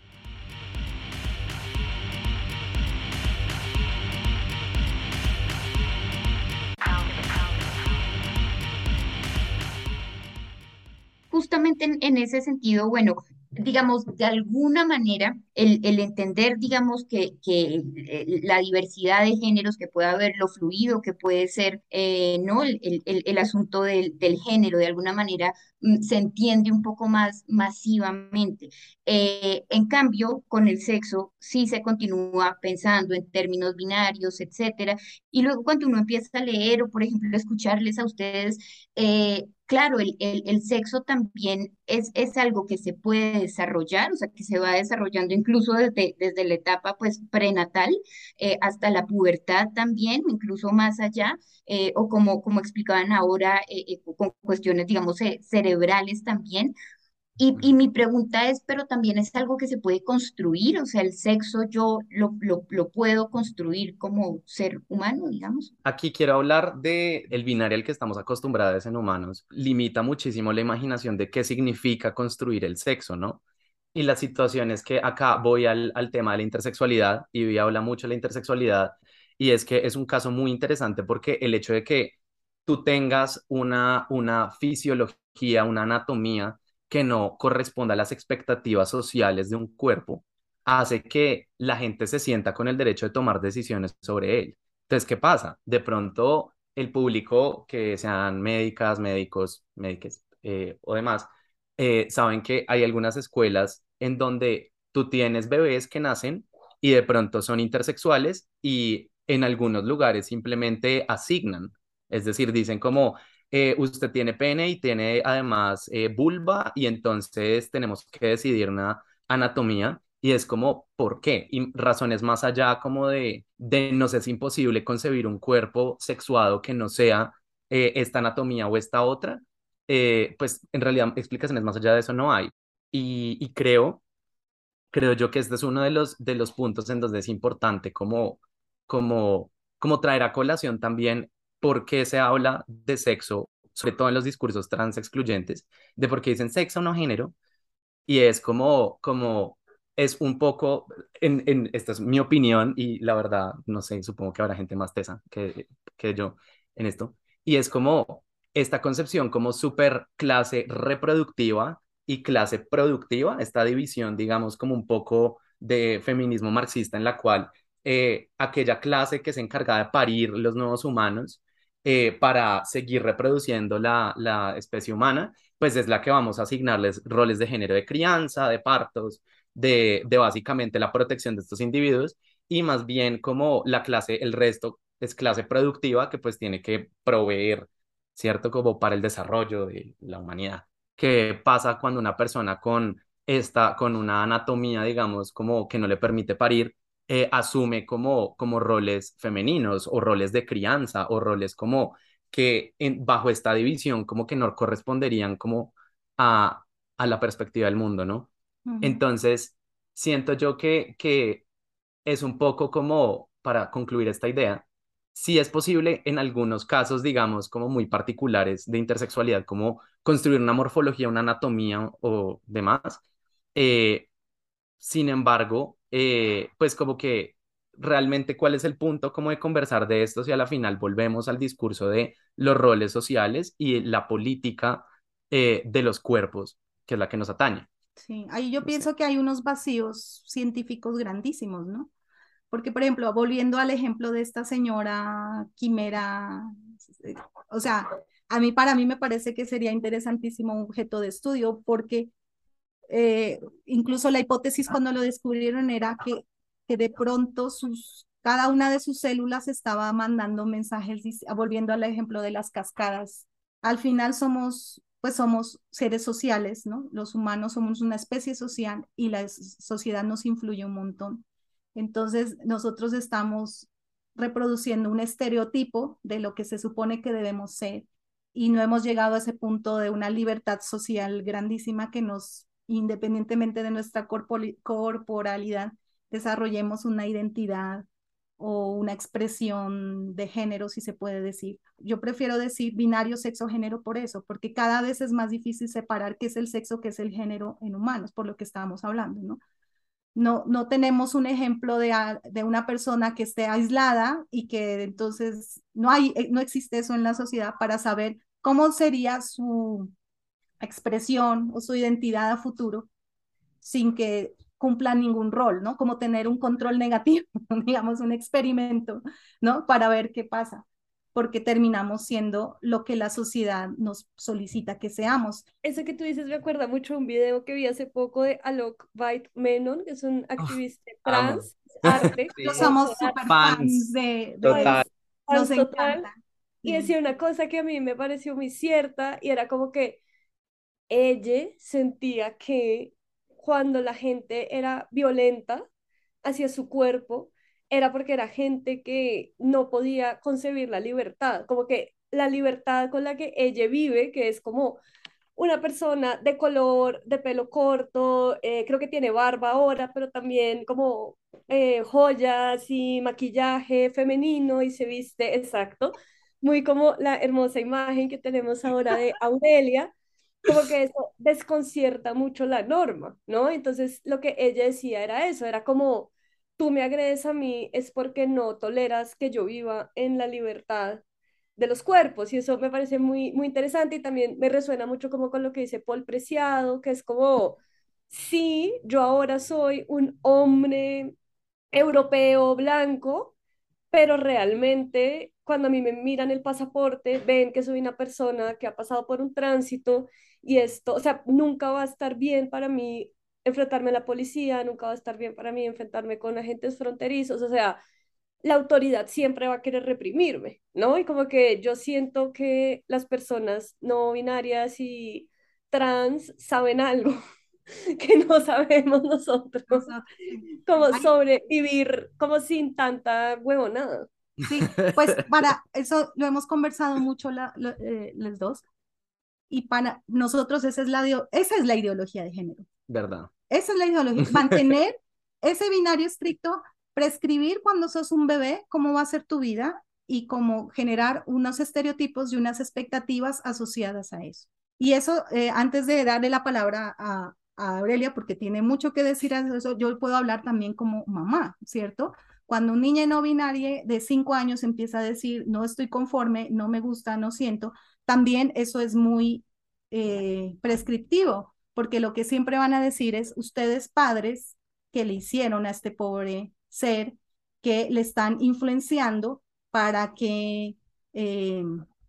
justamente en, en ese sentido, bueno, digamos, de alguna manera, el, el entender, digamos, que, que eh, la diversidad de géneros que puede haber, lo fluido que puede ser, eh, ¿no? El, el, el- el asunto del, del género, de alguna manera, mm, se entiende un poco más masivamente. Eh, en cambio, con el sexo, sí se continúa pensando en términos binarios, etcétera. Y luego cuando uno empieza a leer o, por ejemplo, escucharles a ustedes, eh, claro, el, el, el sexo también es, es algo que se puede desarrollar, o sea, que se va desarrollando incluso desde, desde la etapa pues prenatal eh, hasta la pubertad también, incluso más allá, eh, o como, como explicaban ahora, eh, eh, con cuestiones, digamos, eh, cerebrales también. Y, y mi pregunta es, pero también es algo que se puede construir, o sea, el sexo yo lo, lo, lo puedo construir como ser humano, digamos. Aquí quiero hablar de el binario al que estamos acostumbrados en humanos. Limita muchísimo la imaginación de qué significa construir el sexo, ¿no? Y la situación es que acá voy al, al tema de la intersexualidad y hoy habla mucho de la intersexualidad y es que es un caso muy interesante porque el hecho de que tú tengas una, una fisiología, una anatomía que no corresponda a las expectativas sociales de un cuerpo, hace que la gente se sienta con el derecho de tomar decisiones sobre él. Entonces, ¿qué pasa? De pronto, el público, que sean médicas, médicos, médicas eh, o demás, eh, saben que hay algunas escuelas en donde tú tienes bebés que nacen y de pronto son intersexuales y en algunos lugares simplemente asignan, es decir, dicen como eh, usted tiene pene y tiene además eh, vulva y entonces tenemos que decidir una anatomía y es como, ¿por qué? Y razones más allá como de, de nos es imposible concebir un cuerpo sexuado que no sea eh, esta anatomía o esta otra, eh, pues en realidad explicaciones más allá de eso no hay. Y, y creo, creo yo que este es uno de los, de los puntos en donde es importante como, como, como traer a colación también por qué se habla de sexo, sobre todo en los discursos trans excluyentes, de por qué dicen sexo no género, y es como, como, es un poco, en, en, esta es mi opinión y la verdad, no sé, supongo que habrá gente más tesa que, que yo en esto, y es como esta concepción como súper clase reproductiva y clase productiva, esta división, digamos, como un poco de feminismo marxista en la cual eh, aquella clase que se encarga de parir los nuevos humanos eh, para seguir reproduciendo la, la especie humana, pues es la que vamos a asignarles roles de género de crianza, de partos, de, de básicamente la protección de estos individuos y más bien como la clase, el resto es clase productiva que pues tiene que proveer, ¿cierto? Como para el desarrollo de la humanidad. ¿Qué pasa cuando una persona con esta, con una anatomía, digamos, como que no le permite parir, eh, asume como, como roles femeninos o roles de crianza o roles como que en- bajo esta división como que no corresponderían como a, a la perspectiva del mundo, ¿no? Ujú. Entonces, siento yo que, que es un poco como, para concluir esta idea, sí es posible en algunos casos, digamos, como muy particulares de intersexualidad, como construir una morfología, una anatomía o demás. Eh, Sin embargo, eh, pues como que realmente cuál es el punto como de conversar de esto si a la final volvemos al discurso de los roles sociales y la política eh, de los cuerpos, que es la que nos atañe. Sí, ahí yo No sé. pienso que hay unos vacíos científicos grandísimos, ¿no? Porque, por ejemplo, volviendo al ejemplo de esta señora Quimera, eh, o sea, a mí, para mí me parece que sería interesantísimo un objeto de estudio, porque eh, incluso la hipótesis cuando lo descubrieron era que, que de pronto sus, cada una de sus células estaba mandando mensajes, volviendo al ejemplo de las cascadas. Al final somos, pues somos seres sociales, ¿no? Los humanos somos una especie social y la sociedad nos influye un montón. Entonces, nosotros estamos reproduciendo un estereotipo de lo que se supone que debemos ser y no hemos llegado a ese punto de una libertad social grandísima que nos, independientemente de nuestra corporalidad, desarrollemos una identidad o una expresión de género, si se puede decir. Yo prefiero decir binario sexo-género por eso, porque cada vez es más difícil separar qué es el sexo, qué es el género en humanos, por lo que estábamos hablando, ¿no? No, no tenemos un ejemplo de, a, de una persona que esté aislada y que entonces no, hay, no existe eso en la sociedad para saber cómo sería su expresión o su identidad a futuro sin que cumpla ningún rol, ¿no? Como tener un control negativo, digamos, un experimento, ¿no? Para ver qué pasa, porque terminamos siendo lo que la sociedad nos solicita que seamos. Eso que tú dices me acuerda mucho a un video que vi hace poco de Alok Bait Menon, que es un Uf, activista amo. trans, arte, Nosotros Sí, hermoso, somos súper fans fans, de, de total. fans, eso, nos fans total, encanta. y Sí. decía una cosa que a mí me pareció muy cierta, y era como que ella sentía que cuando la gente era violenta hacia su cuerpo, era porque era gente que no podía concebir la libertad, como que la libertad con la que ella vive, que es como una persona de color, de pelo corto, eh, creo que tiene barba ahora, pero también como eh, joyas y maquillaje femenino y se viste exacto, muy como la hermosa imagen que tenemos ahora de Aurelia, como que eso desconcierta mucho la norma, ¿no? Entonces lo que ella decía era eso, era como, tú me agredes a mí es porque no toleras que yo viva en la libertad de los cuerpos y eso me parece muy, muy interesante y también me resuena mucho como con lo que dice Paul Preciado, que es como, sí, yo ahora soy un hombre europeo blanco, pero realmente cuando a mí me miran el pasaporte, ven que soy una persona que ha pasado por un tránsito y esto, o sea, nunca va a estar bien para mí enfrentarme a la policía, nunca va a estar bien para mí enfrentarme con agentes fronterizos, o sea, la autoridad siempre va a querer reprimirme, ¿no? Y como que yo siento que las personas no binarias y trans saben algo que no sabemos nosotros, Nosotros, sí. como Ay, sobrevivir como sin tanta huevonada. sí, pues para eso lo hemos conversado mucho la, lo- eh, los dos y para nosotros esa es la, ideo- esa es la ideología de género. ¿Verdad? Esa es la ideología. Mantener ese binario estricto, prescribir cuando sos un bebé cómo va a ser tu vida y cómo generar unos estereotipos y unas expectativas asociadas a eso. Y eso, eh, antes de darle la palabra a, a Aurelia, porque tiene mucho que decir a eso, yo puedo hablar también como mamá, ¿cierto? Cuando un niño no binario de cinco años empieza a decir, no estoy conforme, no me gusta, no siento, también eso es muy eh, prescriptivo, porque lo que siempre van a decir es, ustedes padres que le hicieron a este pobre ser, que le están influenciando para que eh,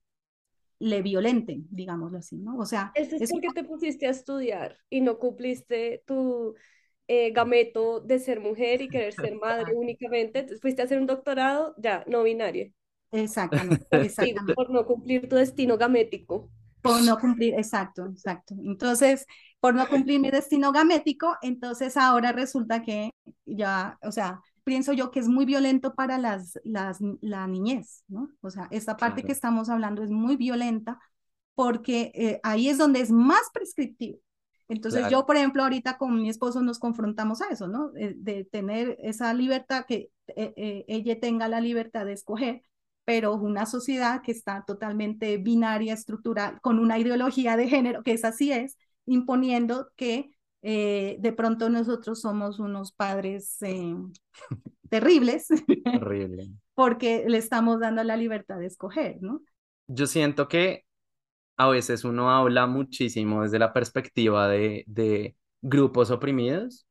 le violenten, digámoslo así, ¿no? O sea, Eso es es porque te pusiste a estudiar y no cumpliste tu eh, gameto de ser mujer y querer ser madre únicamente. Entonces fuiste a hacer un doctorado, ya, no binario. exactamente, Castigo exactamente. por no cumplir tu destino gamético. por no cumplir, exacto, exacto. Entonces, por no cumplir mi destino gamético, entonces ahora resulta que ya, o sea, pienso yo que es muy violento para las, las, la niñez, ¿no? O sea, esta parte que Claro, estamos hablando es muy violenta porque eh, ahí es donde es más prescriptivo. Entonces claro. yo, por ejemplo, ahorita con mi esposo nos confrontamos a eso, ¿no? De, de tener esa libertad, que eh, eh, ella tenga la libertad de escoger, pero una sociedad que está totalmente binaria, estructural, con una ideología de género, que esa sí es, imponiendo que eh, de pronto nosotros somos unos padres eh, terribles Horrible. porque le estamos dando la libertad de escoger, ¿no? Yo siento que a veces uno habla muchísimo desde la perspectiva de, de grupos oprimidos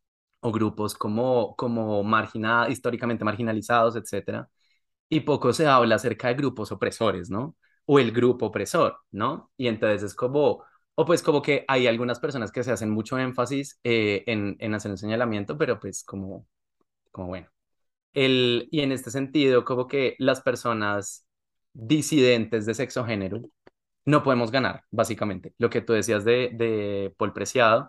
o grupos como, como margina, históricamente marginalizados, etcétera. Y poco se habla acerca de grupos opresores, ¿no? O el grupo opresor, ¿no? Y entonces es como, o pues como que hay algunas personas que se hacen mucho énfasis eh, en, en hacer un señalamiento, pero pues como, como bueno. El, y en este sentido, como que las personas disidentes de sexo género no podemos ganar, básicamente. Lo que tú decías de, de Paul Preciado,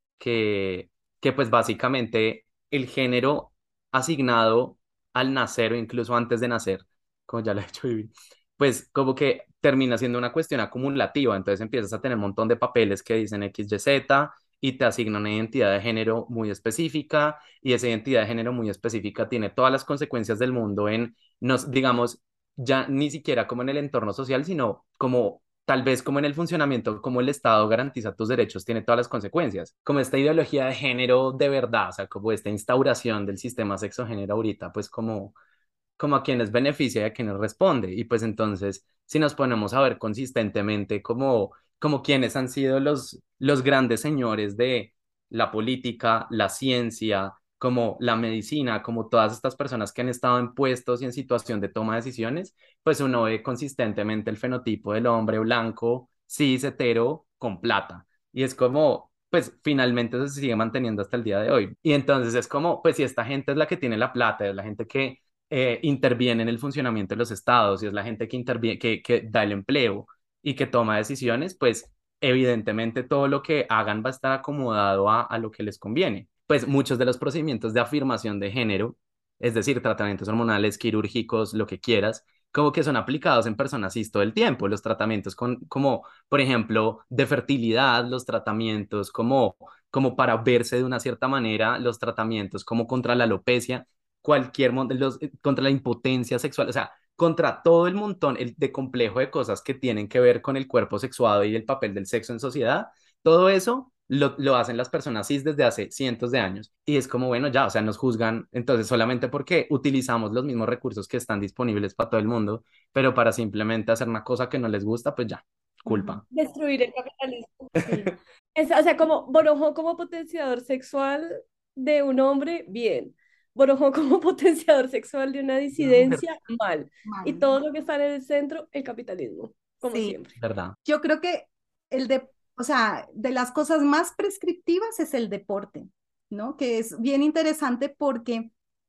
que, que pues básicamente el género asignado al nacer o incluso antes de nacer, como ya lo he hecho Vivi, pues como que termina siendo una cuestión acumulativa, entonces empiezas a tener un montón de papeles que dicen X Y Z y te asignan una identidad de género muy específica y esa identidad de género muy específica tiene todas las consecuencias del mundo en, nos, digamos, ya ni siquiera como en el entorno social, sino como tal vez como en el funcionamiento, como el Estado garantiza tus derechos, tiene todas las consecuencias. Como esta ideología de género de verdad, o sea, como esta instauración del sistema sexogénero ahorita, pues como, como a quienes beneficia y a quienes responde. Y pues entonces, si nos ponemos a ver consistentemente como, como quienes han sido los, los grandes señores de la política, la ciencia, como la medicina, como todas estas personas que han estado en puestos y en situación de toma de decisiones, pues uno ve consistentemente el fenotipo del hombre blanco, cis, hetero, con plata. Y es como, pues finalmente eso se sigue manteniendo hasta el día de hoy. Y entonces es como, pues si esta gente es la que tiene la plata, es la gente que eh, interviene en el funcionamiento de los estados y es la gente que, interviene, que, que da el empleo y que toma decisiones, pues evidentemente todo lo que hagan va a estar acomodado a, a lo que les conviene. Pues muchos de los procedimientos de afirmación de género, es decir, tratamientos hormonales, quirúrgicos, lo que quieras, como que son aplicados en personas cis todo el tiempo. Los tratamientos con, como, por ejemplo, de fertilidad, los tratamientos como, como para verse de una cierta manera, los tratamientos como contra la alopecia, cualquier, mon- los, eh, contra la impotencia sexual, o sea, contra todo el montón el, de complejo de cosas que tienen que ver con el cuerpo sexuado y el papel del sexo en sociedad, todo eso lo, lo hacen las personas cis desde hace cientos de años. Y es como, bueno, ya, o sea, nos juzgan entonces solamente porque utilizamos los mismos recursos que están disponibles para todo el mundo, pero para simplemente hacer una cosa que no les gusta, pues ya, Ujú. culpa. Destruir el capitalismo. Sí, Es- o sea, como Borojó como potenciador sexual de un hombre, bien. Borojó como potenciador sexual de una De una mujer, disidencia, mal. Y mal. todo lo que está en el centro, el capitalismo, como Sí, siempre. ¿verdad? yo creo que el de, o sea, de las cosas más prescriptivas es el deporte, ¿no? Que es bien interesante porque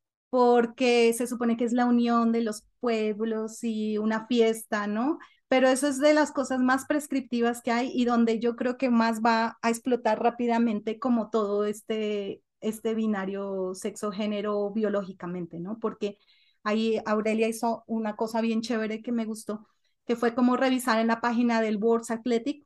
porque se supone que es la unión de los pueblos y una fiesta, ¿no? Pero eso es de las cosas más prescriptivas que hay y donde yo creo que más va a explotar rápidamente como todo este, este binario sexo-género biológicamente, ¿no? Porque ahí Aurelia hizo una cosa bien chévere que me gustó, que fue como revisar en la página del World Athletic,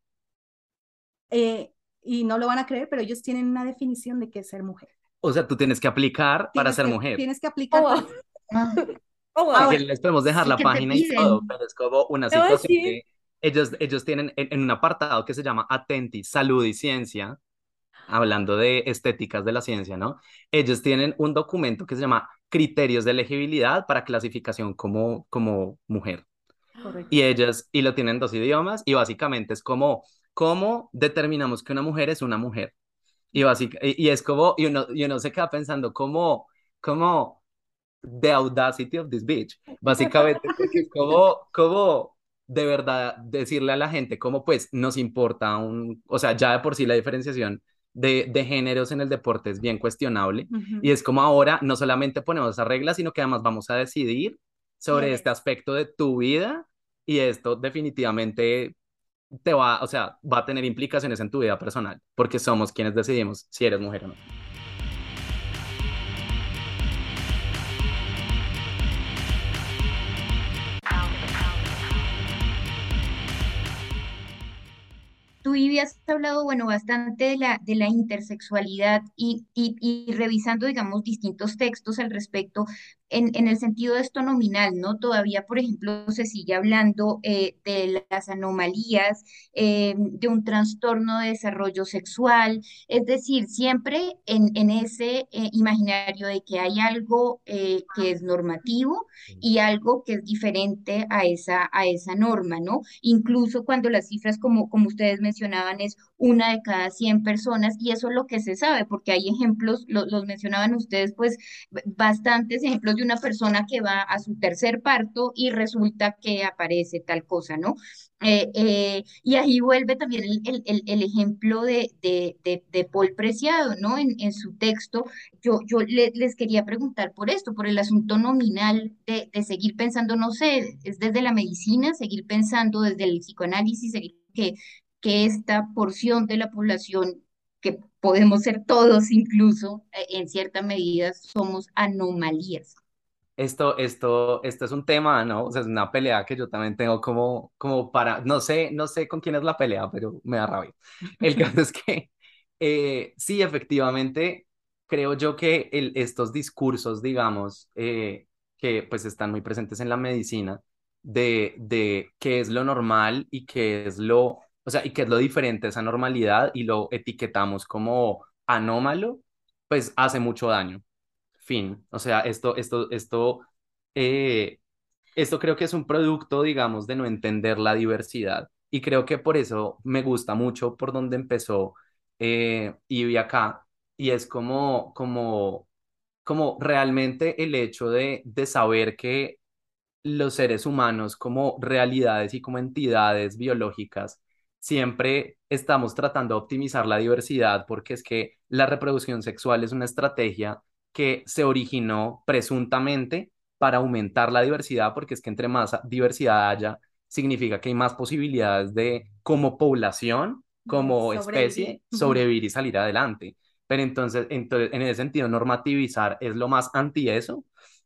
eh, y no lo van a creer, pero ellos tienen una definición de qué es ser mujer. O sea, tú tienes que aplicar para Tienes ser que, mujer. tienes que Oh, aplicar para... wow. Ah, Oh, Si wow. Ahora, quieren, les podemos dejar ¿y la qué te página y todo, piden? pero es como una Te voy a situación decir, que ellos, ellos tienen en, en un apartado que se llama Atenti, Salud y Ciencia, hablando de estéticas de la ciencia, ¿no? Ellos tienen un documento que se llama Criterios de Elegibilidad para clasificación como, como mujer. Y correcto. ellos, y lo tienen en dos idiomas, y básicamente es como, ¿cómo determinamos que una mujer es una mujer? Y, básica, y, y es como, y uno, y uno se queda pensando, ¿cómo, cómo the audacity of this bitch, básicamente, porque es como, como de verdad decirle a la gente cómo pues nos importa un, o sea, ya de por sí la diferenciación de, de géneros en el deporte es bien cuestionable y Ujú. es como ahora no solamente ponemos esa regla, sino que además vamos a decidir Y sobre el- este aspecto de tu vida y esto definitivamente te va, o sea, va a tener implicaciones en tu vida personal, porque somos quienes decidimos si eres mujer o no. Tú, Ivy, has hablado, bueno, bastante de la, de la intersexualidad y, y, y revisando, digamos, distintos textos al respecto, en, en el sentido de esto nominal, ¿no? Todavía, por ejemplo, se sigue hablando eh, de las anomalías, eh, de un trastorno de desarrollo sexual, es decir, siempre en, en ese eh, imaginario de que hay algo eh, que es normativo y algo que es diferente a esa, a esa norma, ¿no? Incluso cuando las cifras, como, como ustedes mencionaban, es una de cada cien personas, y eso es lo que se sabe, porque hay ejemplos, lo- los mencionaban ustedes, pues b- bastantes ejemplos de una persona que va a su tercer parto y resulta que aparece tal cosa, ¿no? Eh, eh, y ahí vuelve también el, el- el- el ejemplo de, de, de, de Paul Preciado, ¿no? En, en su texto, yo, yo le- les quería preguntar por esto, por el asunto nominal de, de seguir pensando, no sé, es desde la medicina, seguir pensando desde el psicoanálisis, seguir que, que esta porción de la población, que podemos ser todos incluso, eh, en cierta medida, somos anomalías. Esto, esto, esto es un tema, ¿no? O sea, es una pelea que yo también tengo como, como para, no sé, no sé con quién es la pelea, pero me da rabia. El caso es que eh, sí, efectivamente, creo yo que el, estos discursos, digamos, eh, que pues están muy presentes en la medicina, de, de qué es lo normal y qué es lo, o sea, y qué es lo diferente a esa normalidad y lo etiquetamos como anómalo, pues hace mucho daño. Fin. O sea, esto, esto, esto, eh, esto creo que es un producto, digamos, de no entender la diversidad. Y creo que por eso me gusta mucho por donde empezó eh, Ivy acá. Y es como, como, como realmente el hecho de, de saber que los seres humanos como realidades y como entidades biológicas, siempre estamos tratando de optimizar la diversidad porque es que la reproducción sexual es una estrategia que se originó presuntamente para aumentar la diversidad, porque es que entre más diversidad haya, significa que hay más posibilidades de, como población, De como sobrevivir. especie, sobrevivir y salir adelante. Pero entonces, entonces, en ese sentido, normativizar es lo más anti eso,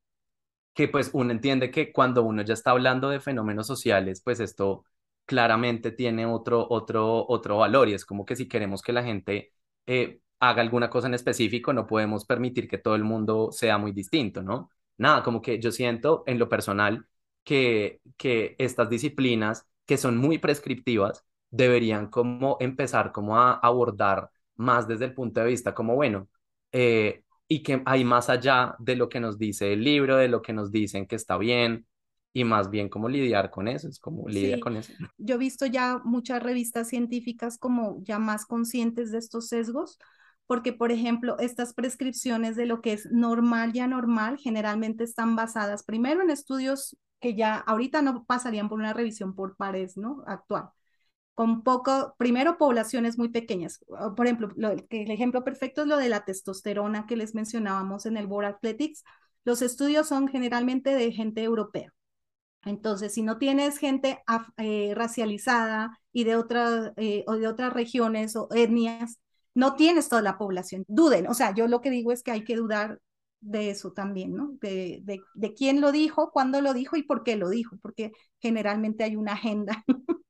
que pues uno entiende que cuando uno ya está hablando de fenómenos sociales, pues esto claramente tiene otro, otro, otro valor, y es como que si queremos que la gente eh, haga alguna cosa en específico, no podemos permitir que todo el mundo sea muy distinto, ¿no? Nada, como que yo siento en lo personal que, que estas disciplinas que son muy prescriptivas deberían como empezar como a abordar más desde el punto de vista como, bueno, eh, y que hay más allá de lo que nos dice el libro, de lo que nos dicen que está bien, y más bien cómo lidiar con eso, es como lidia Sí, con eso. yo he visto ya muchas revistas científicas como ya más conscientes de estos sesgos, porque por ejemplo, estas prescripciones de lo que es normal y anormal generalmente están basadas primero en estudios que ya ahorita no pasarían por una revisión por pares, ¿no? Actual, con poco, primero poblaciones muy pequeñas. Por ejemplo, lo, el ejemplo perfecto es lo de la testosterona que les mencionábamos en el World Athletics. Los estudios son generalmente de gente europea. Entonces, si no tienes gente af, eh, racializada y de, otra, eh, o de otras regiones o etnias, no tienes toda la población. Duden, o sea, yo lo que digo es que hay que dudar de eso también, ¿no? De, de, de quién lo dijo, cuándo lo dijo y por qué lo dijo, porque generalmente hay una agenda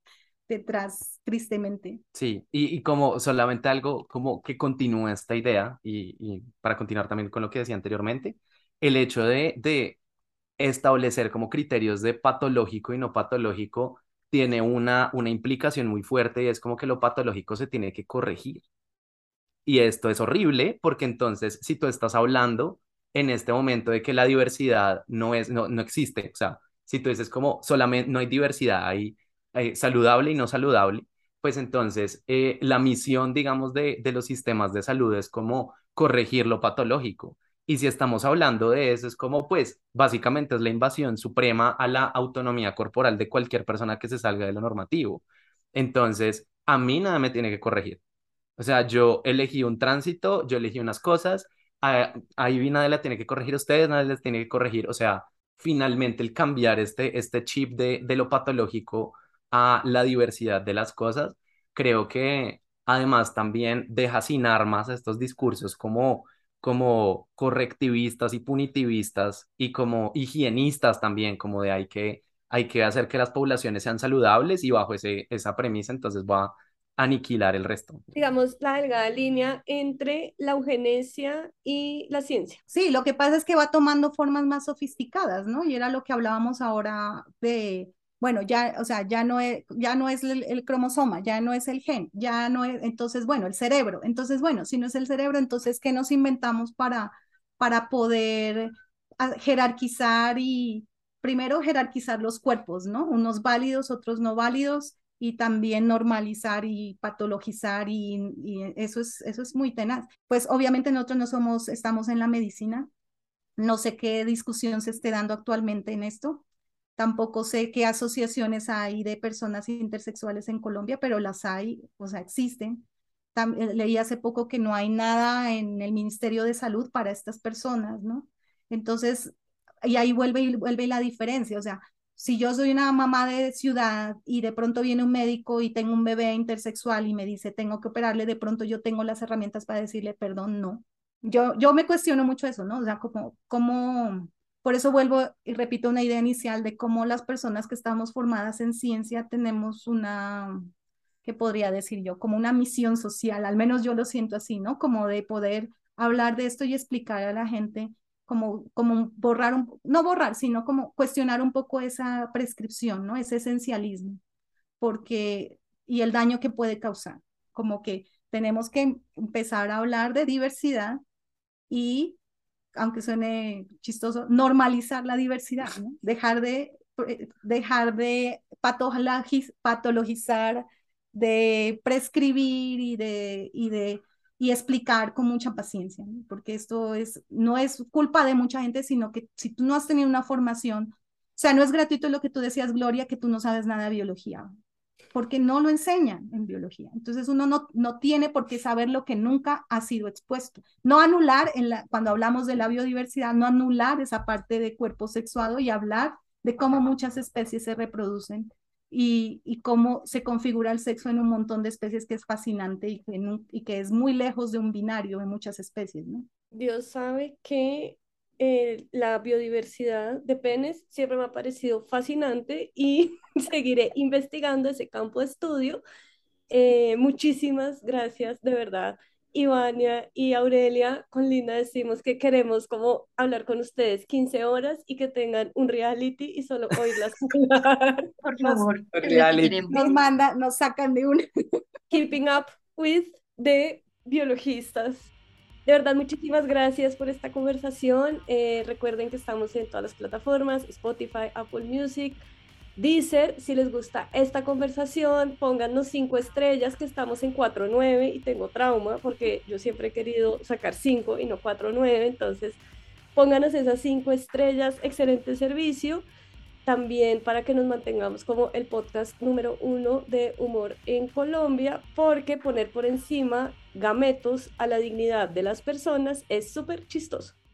detrás, tristemente. Sí, y, y como solamente algo como que continúa esta idea, y, y para continuar también con lo que decía anteriormente, el hecho de, de establecer como criterios de patológico y no patológico tiene una, una implicación muy fuerte, y es como que lo patológico se tiene que corregir. Y esto es horrible porque entonces si tú estás hablando en este momento de que la diversidad no es, no, no existe, o sea, si tú dices como solamente no hay diversidad, hay, hay saludable y no saludable, pues entonces eh, la misión, digamos, de, de los sistemas de salud es como corregir lo patológico. Y si estamos hablando de eso, es como, pues, básicamente es la invasión suprema a la autonomía corporal de cualquier persona que se salga de lo normativo. Entonces, a mí nada me tiene que corregir. O sea, yo elegí un tránsito, yo elegí unas cosas, a- ahí vi, nadie la tiene que corregir a ustedes, nadie les tiene que corregir. O sea, finalmente el cambiar este, este chip de, de lo patológico a la diversidad de las cosas, creo que además también deja sin armas estos discursos como, como correctivistas y punitivistas y como higienistas también, como de hay que, hay que hacer que las poblaciones sean saludables y bajo ese, esa premisa entonces va a aniquilar el resto. Digamos, la delgada línea entre la eugenesia y la ciencia. Sí, lo que pasa es que va tomando formas más sofisticadas, ¿no? Y era lo que hablábamos ahora de, bueno, ya, o sea, ya no es, ya no es el, el cromosoma, ya no es el gen, ya no es, entonces, bueno, el cerebro. Entonces, bueno, si no es el cerebro, entonces, ¿qué nos inventamos para, para poder ah, jerarquizar y primero jerarquizar los cuerpos, ¿no? Unos válidos, otros no válidos, y también normalizar y patologizar y, y eso es, eso es muy tenaz. Pues obviamente nosotros no somos, estamos en la medicina, no sé qué discusión se esté dando actualmente en esto, tampoco sé qué asociaciones hay de personas intersexuales en Colombia, pero las hay, o sea, existen. Tam- leí hace poco que no hay nada en el Ministerio de Salud para estas personas, ¿no? Entonces, y ahí vuelve, y vuelve la diferencia, o sea, si yo soy una mamá de ciudad y de pronto viene un médico y tengo un bebé intersexual y me dice, tengo que operarle, de pronto yo tengo las herramientas para decirle, perdón, no. Yo, yo me cuestiono mucho eso, ¿no? O sea, como, como, por eso vuelvo y repito una idea inicial de cómo las personas que estamos formadas en ciencia tenemos una, ¿qué podría decir yo? Como una misión social, al menos yo lo siento así, ¿no? Como de poder hablar de esto y explicar a la gente como, como borrar, un, no borrar, sino como cuestionar un poco esa prescripción, ¿no? Ese esencialismo, porque, y el daño que puede causar, como que tenemos que empezar a hablar de diversidad y, aunque suene chistoso, normalizar la diversidad, ¿no? Dejar de, dejar de patologiz, patologizar, de prescribir y de, y de y explicar con mucha paciencia, ¿no? Porque esto es, no es culpa de mucha gente, sino que si tú no has tenido una formación, o sea, no es gratuito lo que tú decías, Gloria, que tú no sabes nada de biología, porque no lo enseñan en biología. Entonces uno no, no tiene por qué saber lo que nunca ha sido expuesto. No anular, en la, cuando hablamos de la biodiversidad, no anular esa parte de cuerpo sexuado y hablar de cómo muchas especies se reproducen y, y cómo se configura el sexo en un montón de especies que es fascinante y que, no, y que es muy lejos de un binario en muchas especies, ¿no? Dios sabe que eh, la biodiversidad de penes siempre me ha parecido fascinante y seguiré investigando ese campo de estudio. Eh, muchísimas gracias, de verdad. Ivania y Aurelia, con Linda decimos que queremos como hablar con ustedes quince horas y que tengan un reality y solo oírlas hablar. Por Nos, favor, es lo que Reality. queremos. nos manda, nos sacan de un... Keeping up with the biologistas. De verdad, muchísimas gracias por esta conversación. Eh, recuerden que estamos en todas las plataformas, Spotify, Apple Music, Deezer. Si les gusta esta conversación, pónganos cinco estrellas, que estamos en cuatro punto nueve y tengo trauma porque yo siempre he querido sacar cinco y no cuatro punto nueve. Entonces, pónganos esas cinco estrellas, excelente servicio. También para que nos mantengamos como el podcast número uno de humor en Colombia, porque poner por encima gametos a la dignidad de las personas es súper chistoso.